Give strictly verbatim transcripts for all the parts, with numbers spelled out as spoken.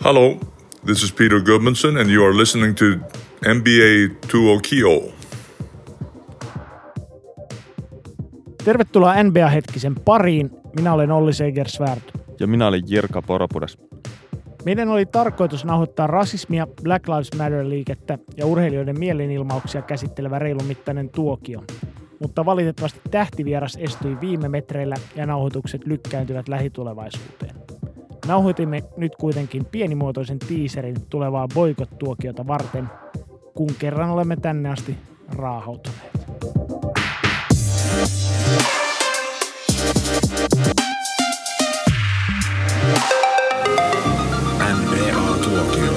Hello, this is Peter Gudmundsson and you are listening to N B A Tuokio. Tervetuloa N B A-hetkisen pariin. Minä olen Olli Segersvärd. Ja minä olen Jirka Poropudas. Meidän oli tarkoitus nauhoittaa rasismia, Black Lives Matter-liikettä ja urheilijoiden mielenilmauksia käsittelevä reilun mittainen tuokio. Mutta valitettavasti tähtivieras estyi viime metreillä ja nauhoitukset lykkääntyvät lähitulevaisuuteen. Nauhoitimme nyt kuitenkin pienimuotoisen tiiserin tulevaa boikot-tuokiota varten, kun kerran olemme tänne asti raahautuneet. N B A-tuokio.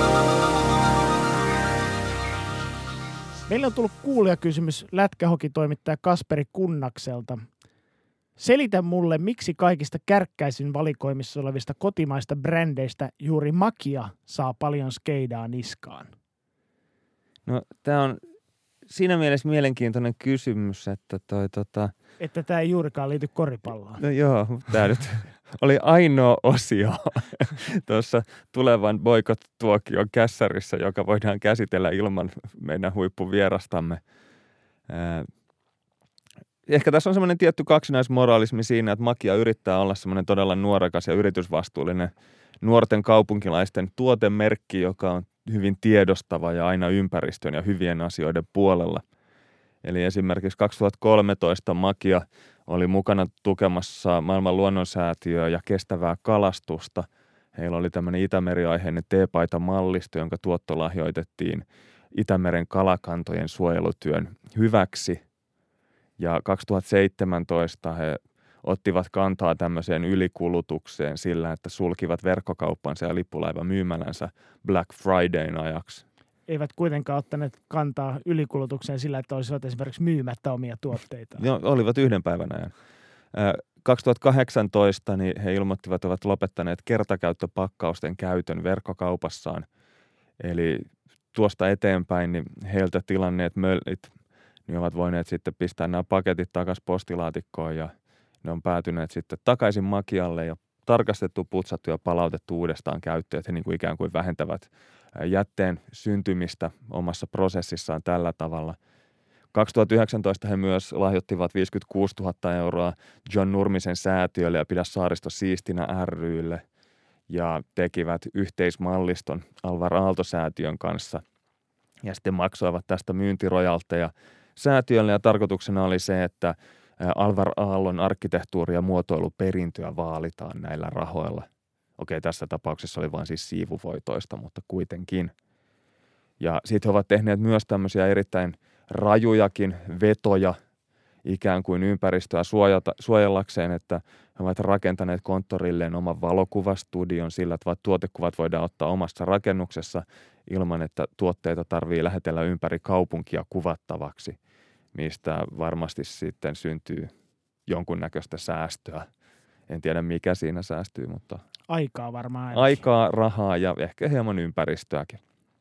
Meillä on tullut kuulijakysymys lätkähokitoimittaja Kasperi Kunnakselta. Selitä mulle, miksi kaikista kärkkäisin valikoimissa olevista kotimaista brändeistä juuri Makia saa paljon skeidaa niskaan? No, tämä on siinä mielessä mielenkiintoinen kysymys, että toi tota... Että tämä ei juurikaan liity koripalloon. No joo, tämä nyt oli ainoa osio tuossa tulevan boikot-tuokion kässärissä, joka voidaan käsitellä ilman meidän huippuvierastamme. Ehkä tässä on semmoinen tietty kaksinaismoraalismi siinä, että Makia yrittää olla semmoinen todella nuorekas ja yritysvastuullinen nuorten kaupunkilaisten tuotemerkki, joka on hyvin tiedostava ja aina ympäristön ja hyvien asioiden puolella. Eli esimerkiksi kaksituhattakolmetoista Makia oli mukana tukemassa maailman luonnonsäätiöä ja kestävää kalastusta. Heillä oli tämmöinen Itämeri-aiheinen teepaitamallisto, jonka tuotto lahjoitettiin Itämeren kalakantojen suojelutyön hyväksi. Ja kaksituhattaseitsemäntoista he ottivat kantaa tämmöiseen ylikulutukseen sillä, että sulkivat verkkokauppansa ja lippulaivamyymälänsä Black Fridayn ajaksi. Eivät kuitenkaan ottaneet kantaa ylikulutukseen sillä, että olisivat esimerkiksi myymättä omia tuotteita. Joo, olivat yhden päivän ajan. kaksituhattakahdeksantoista niin he ilmoittivat, että ovat lopettaneet kertakäyttöpakkausten käytön verkkokaupassaan. Eli tuosta eteenpäin niin heiltä tilanneet möllit niin ovat voineet sitten pistää nämä paketit takaisin postilaatikkoon ja ne on päätyneet sitten takaisin Makialle ja tarkastettu, putsattu ja palautettu uudestaan käyttöön, että he niin kuin ikään kuin vähentävät jätteen syntymistä omassa prosessissaan tällä tavalla. kaksituhattayhdeksäntoista he myös lahjoittivat viisikymmentäkuusituhatta euroa John Nurmisen säätiölle ja Pidä saaristo siistinä ry:lle ja tekivät yhteismalliston Alvar Aalto-säätiön kanssa ja sitten maksoivat tästä myyntirojalteja säätiölle ja tarkoituksena oli se, että Alvar Aallon arkkitehtuuri- ja muotoiluperintöä vaalitaan näillä rahoilla. Okei, tässä tapauksessa oli vain siis siivuvoitoista, mutta kuitenkin. Ja sitten he ovat tehneet myös tämmöisiä erittäin rajujakin vetoja ikään kuin ympäristöä suojata, suojellakseen, että he ovat rakentaneet konttorilleen oman valokuvastudion sillä, että tuotekuvat voidaan ottaa omassa rakennuksessa ilman, että tuotteita tarvii lähetellä ympäri kaupunkia kuvattavaksi, mistä varmasti sitten syntyy jonkunnäköistä säästöä. En tiedä, mikä siinä säästyy, mutta... Aikaa varmaan ainakin. Aikaa, rahaa ja ehkä hieman ympäristöäkin.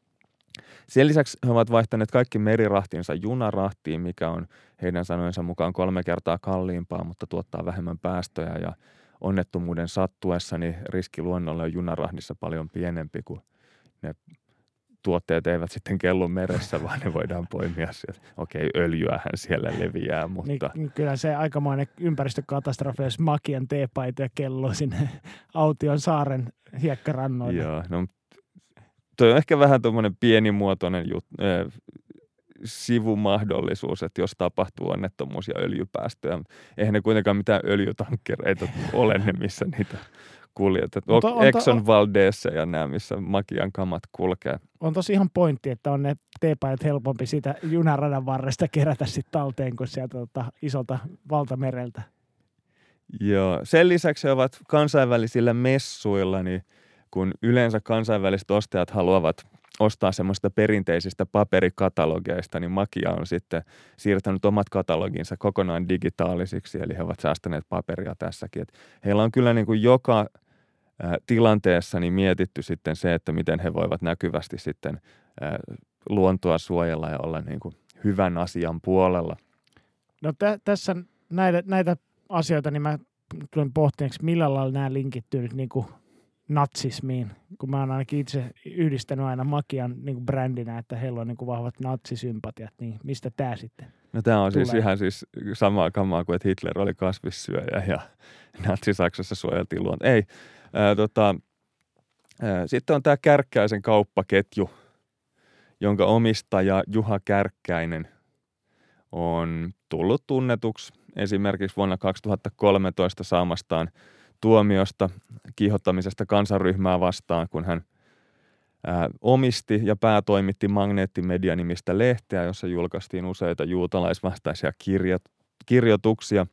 Sen lisäksi he ovat vaihtaneet kaikki merirahtinsa junarahtiin, mikä on heidän sanojensa mukaan kolme kertaa kalliimpaa, mutta tuottaa vähemmän päästöjä. Ja onnettomuuden sattuessa niin riski luonnolle on junarahdissa paljon pienempi, kun ne tuotteet eivät sitten kellu meressä, vaan ne voidaan poimia sieltä. Okei, öljyähän siellä leviää, mutta... Niin, kyllä se aikamoinen ympäristökatastrofi, jos Makian teepaitoja kelluu sinne Aution saaren hiekkarannoille. Joo, no toi on ehkä vähän tuommoinen pienimuotoinen jut, äh, sivumahdollisuus, että jos tapahtuu onnettomuus ja öljypäästöjä. Eihän ne kuitenkaan mitään öljytankkereita ole ne, missä niitä kuljetetaan. Exxon Valdezissa ja nämä, missä Makian kamat kulkee. On tosi ihan pointti, että on ne teepaidat helpompi siitä junaradan varresta kerätä sitten talteen kuin sieltä tota, isolta valtamereltä. Joo, sen lisäksi he ovat kansainvälisillä messuilla, niin kun yleensä kansainväliset ostajat haluavat ostaa semmoista perinteisistä paperikatalogeista, niin Makia on sitten siirtänyt omat kataloginsa kokonaan digitaalisiksi, eli he ovat säästäneet paperia tässäkin. Et heillä on kyllä niin kuin joka ä, tilanteessa niin mietitty sitten se, että miten he voivat näkyvästi sitten ä, luontoa suojella ja olla niin kuin hyvän asian puolella. No tä- tässä näitä, näitä asioita, niin mä tulen pohtineeksi, millä lailla nämä linkittyy nyt niin kuin natsismiin, kun mä oon ainakin itse yhdistänyt aina Makian niin kuin brändinä, että heillä on niin kuin vahvat natsisympatiat, niin mistä tää sitten No tämä on tulee? siis ihan siis samaa kamaa kuin, että Hitler oli kasvissyöjä ja Natsi-Saksassa suojeltiin luonto. Ei, ää, tota, ää, sitten on tämä Kärkkäisen kauppaketju, jonka omistaja Juha Kärkkäinen on tullut tunnetuksi esimerkiksi vuonna kaksituhattakolmetoista saamastaan tuomiosta kiihottamisesta kansanryhmää vastaan, kun hän ää, omisti ja päätoimitti Magneettimedia-nimistä lehteä, jossa julkaistiin useita juutalaisvastaisia kirjo- kirjoituksia.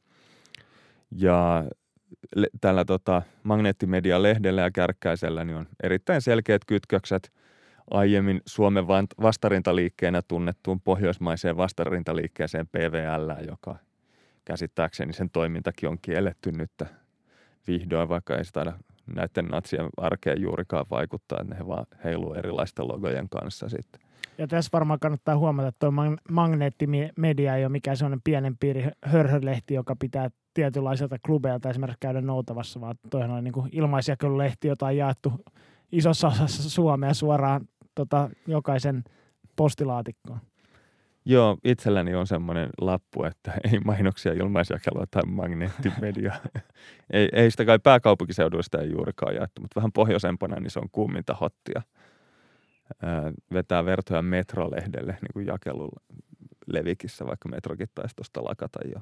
Ja le- tällä tota, Magneettimedia-lehdellä ja Kärkkäisellä niin on erittäin selkeät kytkökset aiemmin Suomen vastarintaliikkeenä tunnettuun pohjoismaiseen vastarintaliikkeeseen P V L, joka käsittääkseni sen toimintakin on kielletty nyt vihdoin, vaikka ei se taida näiden natsien arkeen juurikaan vaikuttaa, että ne vaan heiluu erilaisten logojen kanssa sitten. Ja tässä varmaan kannattaa huomata, että tuo Magneettimedia ei ole mikään sellainen pienen piiri hörhölehti, joka pitää tietynlaiselta klubeilta esimerkiksi käydä noutavassa, vaan toihan on niin kuin ilmaisjakelulehti, jota on jaettu isossa osassa Suomea suoraan tota, jokaisen postilaatikkoon. Joo, itselläni on semmoinen lappu, että ei mainoksia ilmaisjakelua tai Magneettimedia. ei, ei sitä kai pääkaupunkiseuduista ei juurikaan jaettu, mutta vähän pohjoisempana niin se on kuuminta hottia. Ää, vetää vertoja Metrolehdelle niin kuin jakelulla Levikissä, vaikka Metrokin taisi tuosta lakata jo.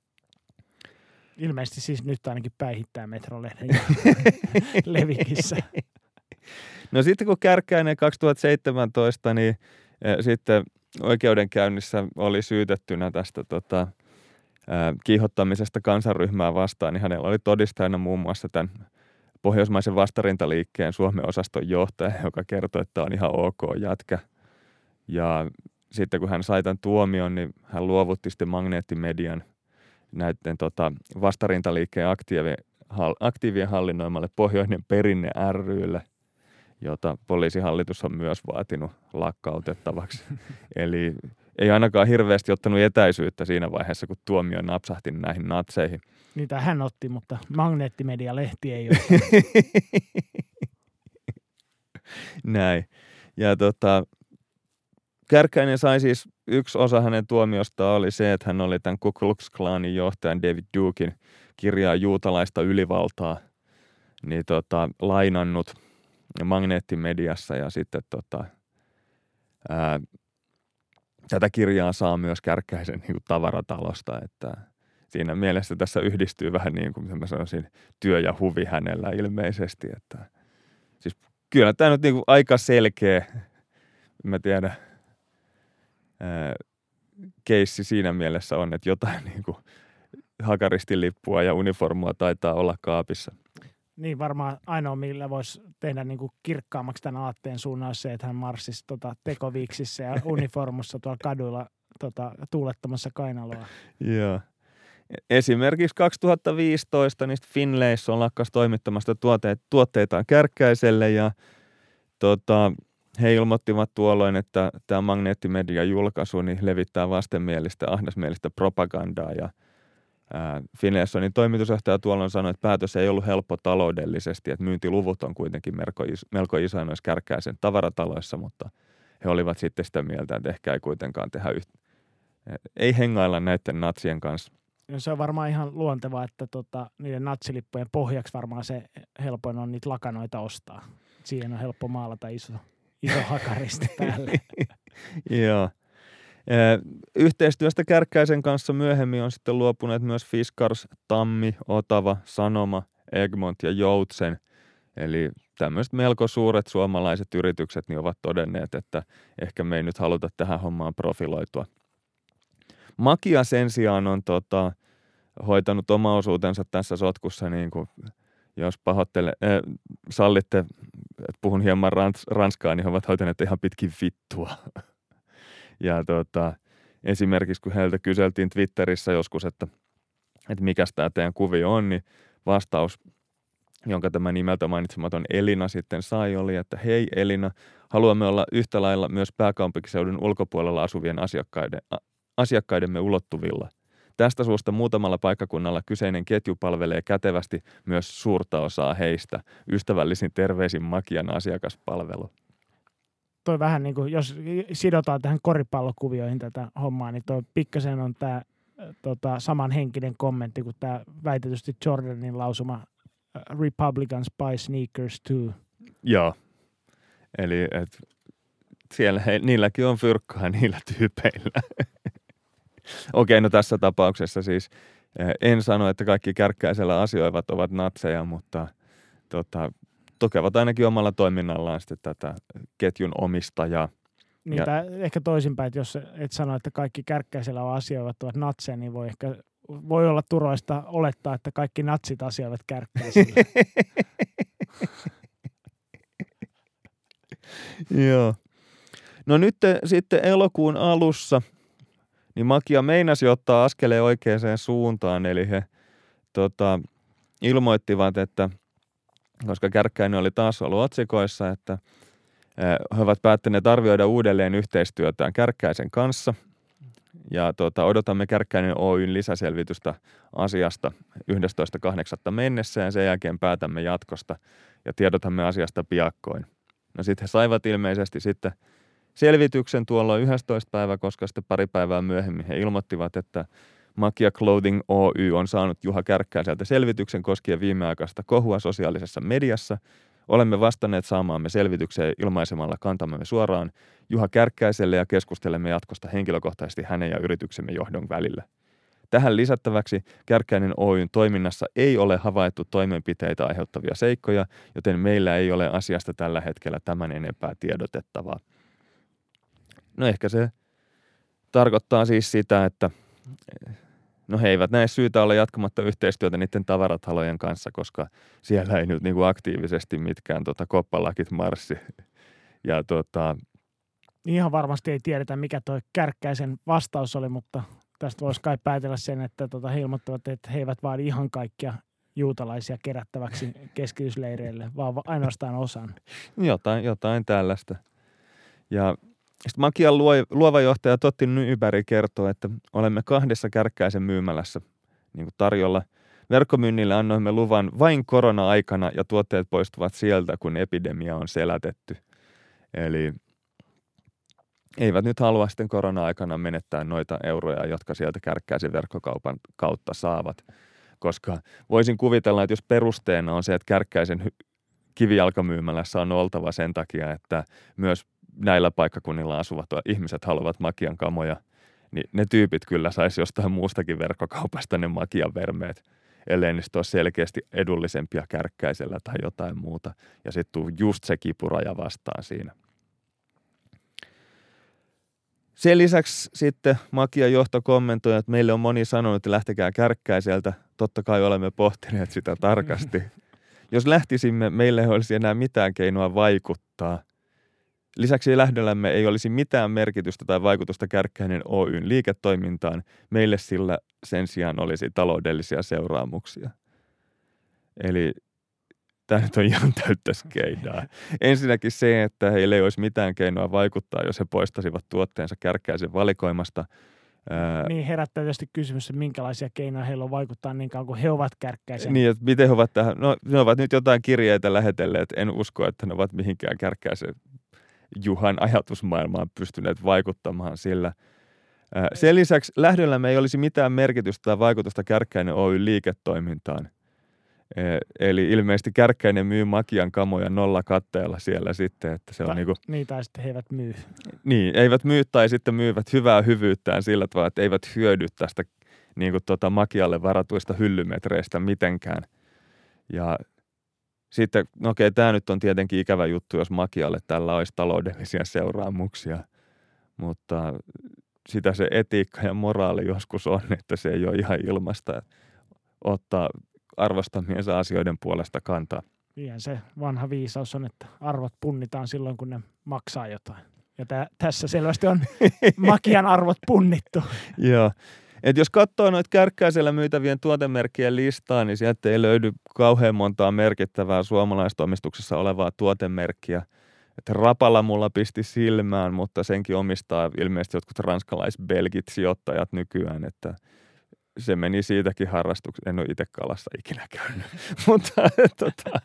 Ilmeisesti siis nyt ainakin päihittää Metrolehden Levikissä. No sitten kun Kärkkäinen kaksituhattaseitsemäntoista, niin äh, sitten oikeudenkäynnissä oli syytettynä tästä tota, äh, kiihottamisesta kansanryhmää vastaan, niin hänellä oli todistajana muun muassa tämän pohjoismaisen vastarintaliikkeen Suomen osaston johtaja, joka kertoi, että on ihan ok jätkä. Ja sitten kun hän sai tämän tuomion, niin hän luovutti sitten Magneettimedian näiden tota, vastarintaliikkeen aktiivien, aktiivien hallinnoimalle Pohjoinen perinne ry:lle, jota poliisihallitus on myös vaatinut lakkautettavaksi. Eli ei ainakaan hirveästi ottanut etäisyyttä siinä vaiheessa, kun tuomio napsahti näihin natseihin. Niitä hän otti, mutta Magneettimedia-lehti ei ole. Näin. Ja tota, Kärkkäinen sai siis, yksi osa hänen tuomiostaan oli se, että hän oli tämän Ku Klux Klanin johtajan David Duken kirjaa Juutalaista ylivaltaa niin tota, lainannut Magneettimediassa ja sitten tota, ää, tätä kirjaa saa myös Kärkkäisen niin kuin tavaratalosta, että siinä mielessä tässä yhdistyy vähän niin kuin mä sanoisin, työ ja huvi hänellä ilmeisesti, että siis kyllä tämä nyt niin kuin aika selkeä, mä tiedän, ää, keissi siinä mielessä on, että jotain niin kuin hakaristilippua ja uniformua taitaa olla kaapissa. Niin varmaan ainoa, millä voisi tehdä niin kuin kirkkaammaksi tämän aatteen suunnan, olisi se, että hän marssisi tota, tekoviiksissä ja uniformussa tuolla kaduilla tota, tuulettamassa kainaloa. Joo. Esimerkiksi kaksituhattaviisitoista niistä Finlayson lakkas toimittamasta tuotteet, tuotteitaan Kärkkäiselle ja tota, he ilmoittivat tuolloin, että tämä Magneettimedia julkaisu niin levittää vastenmielistä, ahdasmielistä propagandaa ja Finlaysonin toimitusjohtaja tuolloin sanoi, että päätös ei ollut helppo taloudellisesti, että myyntiluvut on kuitenkin melko, iso, melko isoja noissa Kärkkäisen tavarataloissa, mutta he olivat sitten sitä mieltä, että ehkä ei kuitenkaan tehdä yhtä, ei hengailla näiden natsien kanssa. No se on varmaan ihan luontevaa, että tota, niiden natsilippujen pohjaksi varmaan se helpoin on niitä lakanoita ostaa. Siihen on helppo maalata iso, iso hakaristi päälle. Joo. Yhteistyöstä Kärkkäisen kanssa myöhemmin on sitten luopuneet myös Fiskars, Tammi, Otava, Sanoma, Egmont ja Joutsen. Eli tämmöiset melko suuret suomalaiset yritykset niin ovat todenneet, että ehkä me ei nyt haluta tähän hommaan profiloitua. Makia sen sijaan on tota, hoitanut oma osuutensa tässä sotkussa, niin kuin, jos pahoittele, äh, sallitte, että puhun hieman rans, ranskaa, niin he ovat hoitaneet ihan pitkin vittua. Ja tota, esimerkiksi kun heiltä kyseltiin Twitterissä joskus, että, että mikäs tämä teidän kuvio on, niin vastaus, jonka tämä nimeltä mainitsematon Elina sitten sai, oli, että hei Elina, haluamme olla yhtä lailla myös pääkaupunkiseudun ulkopuolella asuvien asiakkaiden, asiakkaidemme ulottuvilla. Tästä suusta muutamalla paikkakunnalla kyseinen ketju palvelee kätevästi myös suurta osaa heistä. Ystävällisin terveisin Makian asiakaspalvelu. Toi vähän niin kuin, jos sidotaan tähän koripallokuvioihin tätä hommaa, niin toi pikkasen on tämä tota, samanhenkinen kommentti kuin tämä väitetysti Jordanin lausuma Republicans buy sneakers too. Joo. Eli et siellä he, niilläkin on fyrkkaa niillä tyypeillä. Okei, no tässä tapauksessa siis en sano, että kaikki Kärkkäisellä asioivat ovat natseja, mutta tota, tukevat ainakin omalla toiminnallaan sitten tätä ketjun omistajaa. Niin, ja ehkä toisinpäin, että jos et sano, että kaikki Kärkkäisellä asioivat ovat natseja, niin voi ehkä voi olla turvallista olettaa, että kaikki natsit asioivat Kärkkäisellä. Joo. No nyt sitten elokuun alussa niin Makia meinasi ottaa askeleen oikeaan suuntaan, eli he tota, ilmoittivat, että koska Kärkkäinen oli taas ollut otsikoissa, että he ovat päättäneet arvioida uudelleen yhteistyötään Kärkkäisen kanssa. Ja tuota, odotamme Kärkkäinen Oyn lisäselvitystä asiasta yhdestoista kahdeksatta mennessä ja sen jälkeen päätämme jatkosta ja tiedotamme asiasta piakkoin. No sitten he saivat ilmeisesti sitten selvityksen tuolloin yhdestoista päivä, koska sitten pari päivää myöhemmin he ilmoittivat, että Makia Clothing Oy on saanut Juha Kärkkäiseltä selvityksen koskien viimeaikaista kohua sosiaalisessa mediassa. Olemme vastanneet saamaamme selvitykseen ilmaisemalla kantamme suoraan Juha Kärkkäiselle ja keskustelemme jatkosta henkilökohtaisesti hänen ja yrityksemme johdon välillä. Tähän lisättäväksi Kärkkäinen Oyn toiminnassa ei ole havaittu toimenpiteitä aiheuttavia seikkoja, joten meillä ei ole asiasta tällä hetkellä tämän enempää tiedotettavaa. No ehkä se tarkoittaa siis sitä, että no he eivät näe syytä olla jatkamatta yhteistyötä niiden tavaratalojen kanssa, koska siellä ei nyt niin kuin aktiivisesti mitkään tota koppalakit marssi. Ja tota... Ihan varmasti ei tiedetä, mikä toi Kärkkäisen vastaus oli, mutta tästä voisi kai päätellä sen, että tota, he ilmoittavat, että he eivät vaadi ihan kaikkia juutalaisia kerättäväksi keskitysleireille, vaan ainoastaan osan. Jotain, jotain tällaista. Ja sitten Makian luova johtaja Totti Nyberg kertoo, että olemme kahdessa Kärkkäisen myymälässä niin kuin tarjolla. Verkkomyynnille annoimme luvan vain korona-aikana ja tuotteet poistuvat sieltä, kun epidemia on selätetty. Eli eivät nyt halua sitten korona-aikana menettää noita euroja, jotka sieltä Kärkkäisen verkkokaupan kautta saavat. Koska voisin kuvitella, että jos perusteena on se, että Kärkkäisen kivijalkamyymälässä on oltava sen takia, että myös näillä paikkakunnilla asuvat ihmiset haluavat Makian kamoja, niin ne tyypit kyllä saisi jostain muustakin verkkokaupasta ne Makian vermeet, ellei niistä ole selkeästi edullisempia Kärkkäisellä tai jotain muuta. Ja sitten tuu just se kipuraja vastaan siinä. Sen lisäksi sitten Makian johto kommentoi, että meille on moni sanonut, että lähtekää Kärkkäiseltä. Totta kai olemme pohtineet sitä tarkasti. Jos lähtisimme, meille ei olisi enää mitään keinoa vaikuttaa. Lisäksi lähdöllämme ei olisi mitään merkitystä tai vaikutusta Kärkkäinen Oyn liiketoimintaan. Meille sillä sen sijaan olisi taloudellisia seuraamuksia. Eli tämä nyt on ihan täyttä skeidaa. Ensinnäkin se, että heillä ei olisi mitään keinoa vaikuttaa, jos he poistaisivat tuotteensa Kärkkäisen valikoimasta. Niin herättää tietysti kysymys, minkälaisia keinoja heillä on vaikuttaa niin kauan kuin he ovat Kärkkäisen. Niin, että miten he ovat tähän, no ne ovat nyt jotain kirjeitä lähetelleet, en usko, että ne ovat mihinkään Kärkkäisen Juhan ajatusmaailmaan pystyneet vaikuttamaan sillä. Sen lisäksi lähdöllämme ei olisi mitään merkitystä tai vaikutusta Kärkkäinen Oyn liiketoimintaan. Eli ilmeisesti Kärkkäinen myy Makian kamoja nolla katteella siellä sitten, että se on tai, niinku... Niin, tai sitten he eivät myy. Niin, eivät myy tai sitten myyvät hyvää hyvyyttään sillä tavalla, että eivät hyödy tästä niinku tota Makialle varatuista hyllymetreistä mitenkään. Ja sitten, no okei, tämä nyt on tietenkin ikävä juttu, jos Makialle tällä olisi taloudellisia seuraamuksia, mutta sitä se etiikka ja moraali joskus on, että se ei ole ihan ilmasta ottaa arvostamiensa asioiden puolesta kantaa. Ihan se vanha viisaus on, että arvot punnitaan silloin, kun ne maksaa jotain. Ja tä- tässä selvästi on Makian arvot punnittu. Joo. Et jos katsoo noita Kärkkäisellä myytävien tuotemerkkien listaa, niin sieltä ei löydy kauhean montaa merkittävää suomalaistoimistuksessa olevaa tuotemerkkiä. Että Rapala mulla pisti silmään, mutta senkin omistaa ilmeisesti jotkut ranskalais-belgit sijoittajat nykyään, että se meni siitäkin harrastukseen. En ole itse kalassa ikinä käynyt, mutta tota,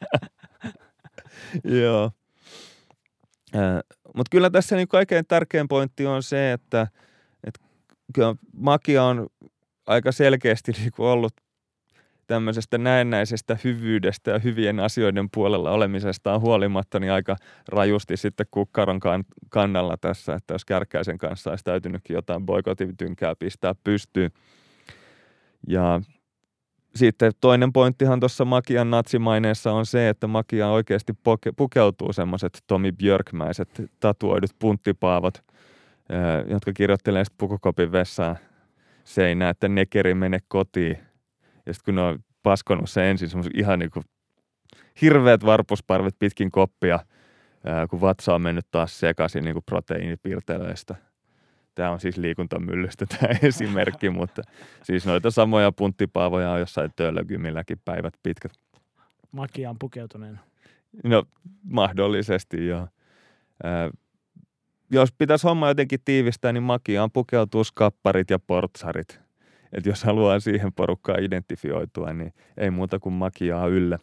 joo. Äh, mutta kyllä tässä niin kaikkein tärkein pointti on se, että, että kyllä makia on aika selkeästi niin kuin ollut tämmöisestä näennäisestä hyvyydestä ja hyvien asioiden puolella olemisestaan huolimatta niin aika rajusti sitten kukkaron kannalla tässä, että jos Kärkkäisen kanssa olisi täytynytkin jotain boikotitynkää pistää pystyyn. Ja sitten toinen pointtihan tuossa Makian natsimaineessa on se, että Makia oikeasti poke- pukeutuu semmoiset Tommy Björkmäiset tatuoidut punttipaavot, jotka kirjoittelee sitten pukukopin vessaan seinään, että nekeri mene kotiin. Ja sitten kun ne on paskonut se ensin semmoiset ihan niin kuin hirveät varpusparvet pitkin koppia, ää, kun vatsa on mennyt taas sekaisin niin kuin proteiinipiirteleistä. Tämä on siis liikuntamyllystä tämä esimerkki, mutta siis noita samoja punttipaavoja on jossain töölögymilläkin päivät pitkät. Makia on pukeutuneen. No mahdollisesti joo. Ää, jos pitäisi homma jotenkin tiivistää, niin Makiaan pukeutuu skapparit ja portsarit. Että jos haluaa siihen porukkaan identifioitua, niin ei muuta kuin Makiaa yllä.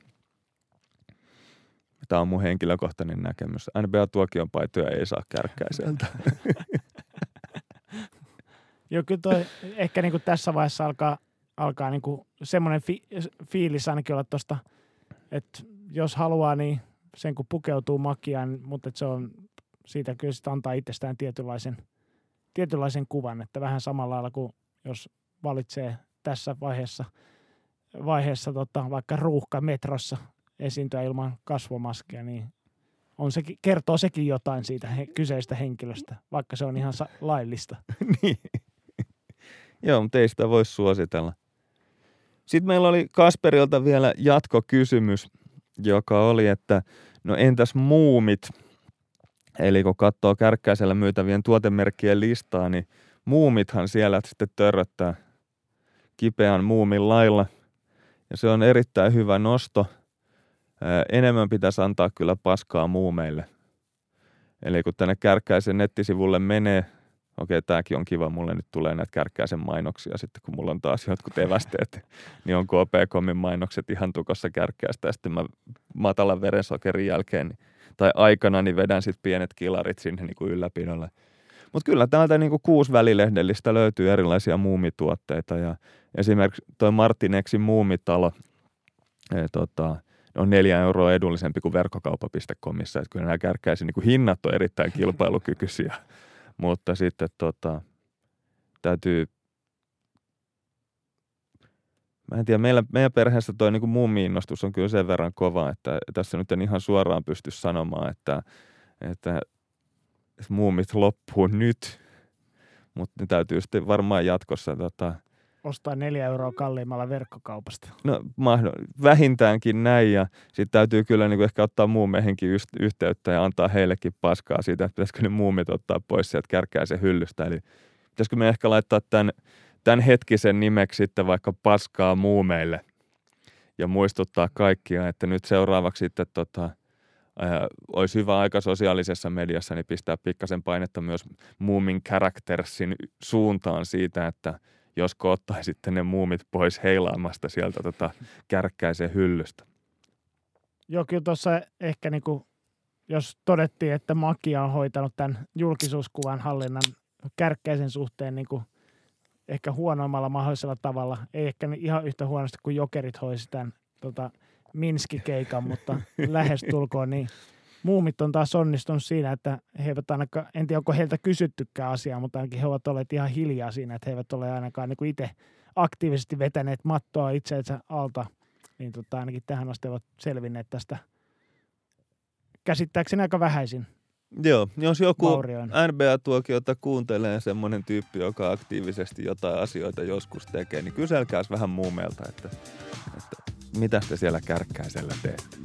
Tämä on mun henkilökohtainen näkemys. N B A-tuokion paitoja ei saa Kärkkäiseltä. Joo, kyllä toi ehkä niinku tässä vaiheessa alkaa, alkaa niinku semmoinen fi, fiilis ainakin olla tuosta, että jos haluaa, niin sen kun pukeutuu Makiaan, mutta se on siitä kyllä sitä antaa itsestään tietynlaisen, tietynlaisen kuvan, että vähän samalla lailla kuin jos valitsee tässä vaiheessa, vaiheessa tota, vaikka ruuhka metrossa esiintyä ilman kasvomaskia, niin on se, kertoo sekin jotain siitä he, kyseistä henkilöstä, vaikka se on ihan sa- laillista. Niin. Joo, mutta ei sitä voisi suositella. Sitten meillä oli Kasperilta vielä jatkokysymys, joka oli, että no entäs muumit? Eli kun katsoo Kärkkäisellä myytävien tuotemerkkien listaa, niin muumithan siellä sitten törröttää kipeän muumin lailla. Ja se on erittäin hyvä nosto. Ää, enemmän pitäisi antaa kyllä paskaa muumeille. Eli kun tänne Kärkkäisen nettisivulle menee, okei, tämäkin on kiva, mulle nyt tulee näitä Kärkkäisen mainoksia sitten, kun mulla on taas jotkut evästeet, niin on K P piste comin mainokset ihan tukossa Kärkkäistä, ja sitten mä matalan verensokerin jälkeen, niin, tai aikana, niin vedän sitten pienet kilarit sinne niin kuin ylläpidolle. Mutta kyllä täältä niin kuin kuusi välilehdellistä löytyy erilaisia muumituotteita, ja esimerkiksi toi Martinexin muumitalo, e, tota, on neljä euroa edullisempi kuin verkkokauppa piste comissa, että kyllä nämä Kärkkäisen niin kuin hinnat on erittäin kilpailukykyisiä. Mutta sitten tota, täytyy, mä en tiedä, meillä, meidän perheessä toi niin kuin muumi-innostus on kyllä sen verran kova, että tässä nyt en ihan suoraan pysty sanomaan, että, että muumit loppuu nyt, mutta ne täytyy sitten varmaan jatkossa tota, ostaa neljä euroa kalliimmalla verkkokaupasta. No vähintäänkin näin, ja sitten täytyy kyllä niin kuin ehkä ottaa muumeihinkin yhteyttä ja antaa heillekin paskaa siitä, että pitäisikö ne muumit ottaa pois sieltä Kärkkäisen hyllystä. Eli pitäisikö me ehkä laittaa tämän, tämän hetkisen nimeksi sitten vaikka paskaa muumeille ja muistuttaa kaikkia, että nyt seuraavaksi sitten tota, ää, olisi hyvä aika sosiaalisessa mediassa niin pistää pikkasen painetta myös muumin charactersin suuntaan siitä, että josko ottaisitte ne muumit pois heilaamasta sieltä tota Kärkkäisen hyllystä. Joo, kyllä tuossa ehkä niinku, jos todettiin, että Makia on hoitanut tämän julkisuuskuvan hallinnan Kärkkäisen suhteen niinku ehkä huonoimmalla mahdollisella tavalla. Ei ehkä ihan yhtä huonosti kuin Jokerit hoisi tämän tota, Minski-keikan, mutta lähestulkoon niin muumit on taas onnistunut siinä, että he eivät ainakaan, en tiedä onko heiltä kysyttykään asiaa, mutta ainakin he ovat olleet ihan hiljaa siinä, että he eivät ole ainakaan niin kuin itse aktiivisesti vetäneet mattoa itseensä alta, niin tota, ainakin tähän asti ovat selvinneet tästä käsittääkseni aika vähäisin. Joo, jos joku vaurioin. N B A-tuokiota kuuntelee semmoinen tyyppi, joka aktiivisesti jotain asioita joskus tekee, niin kyselkääs vähän muumeilta, että, että mitä te siellä Kärkkäisellä teette.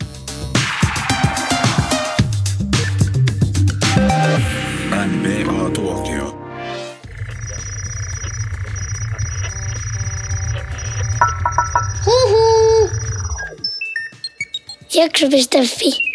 N B A-tuokio. Jakso piste fi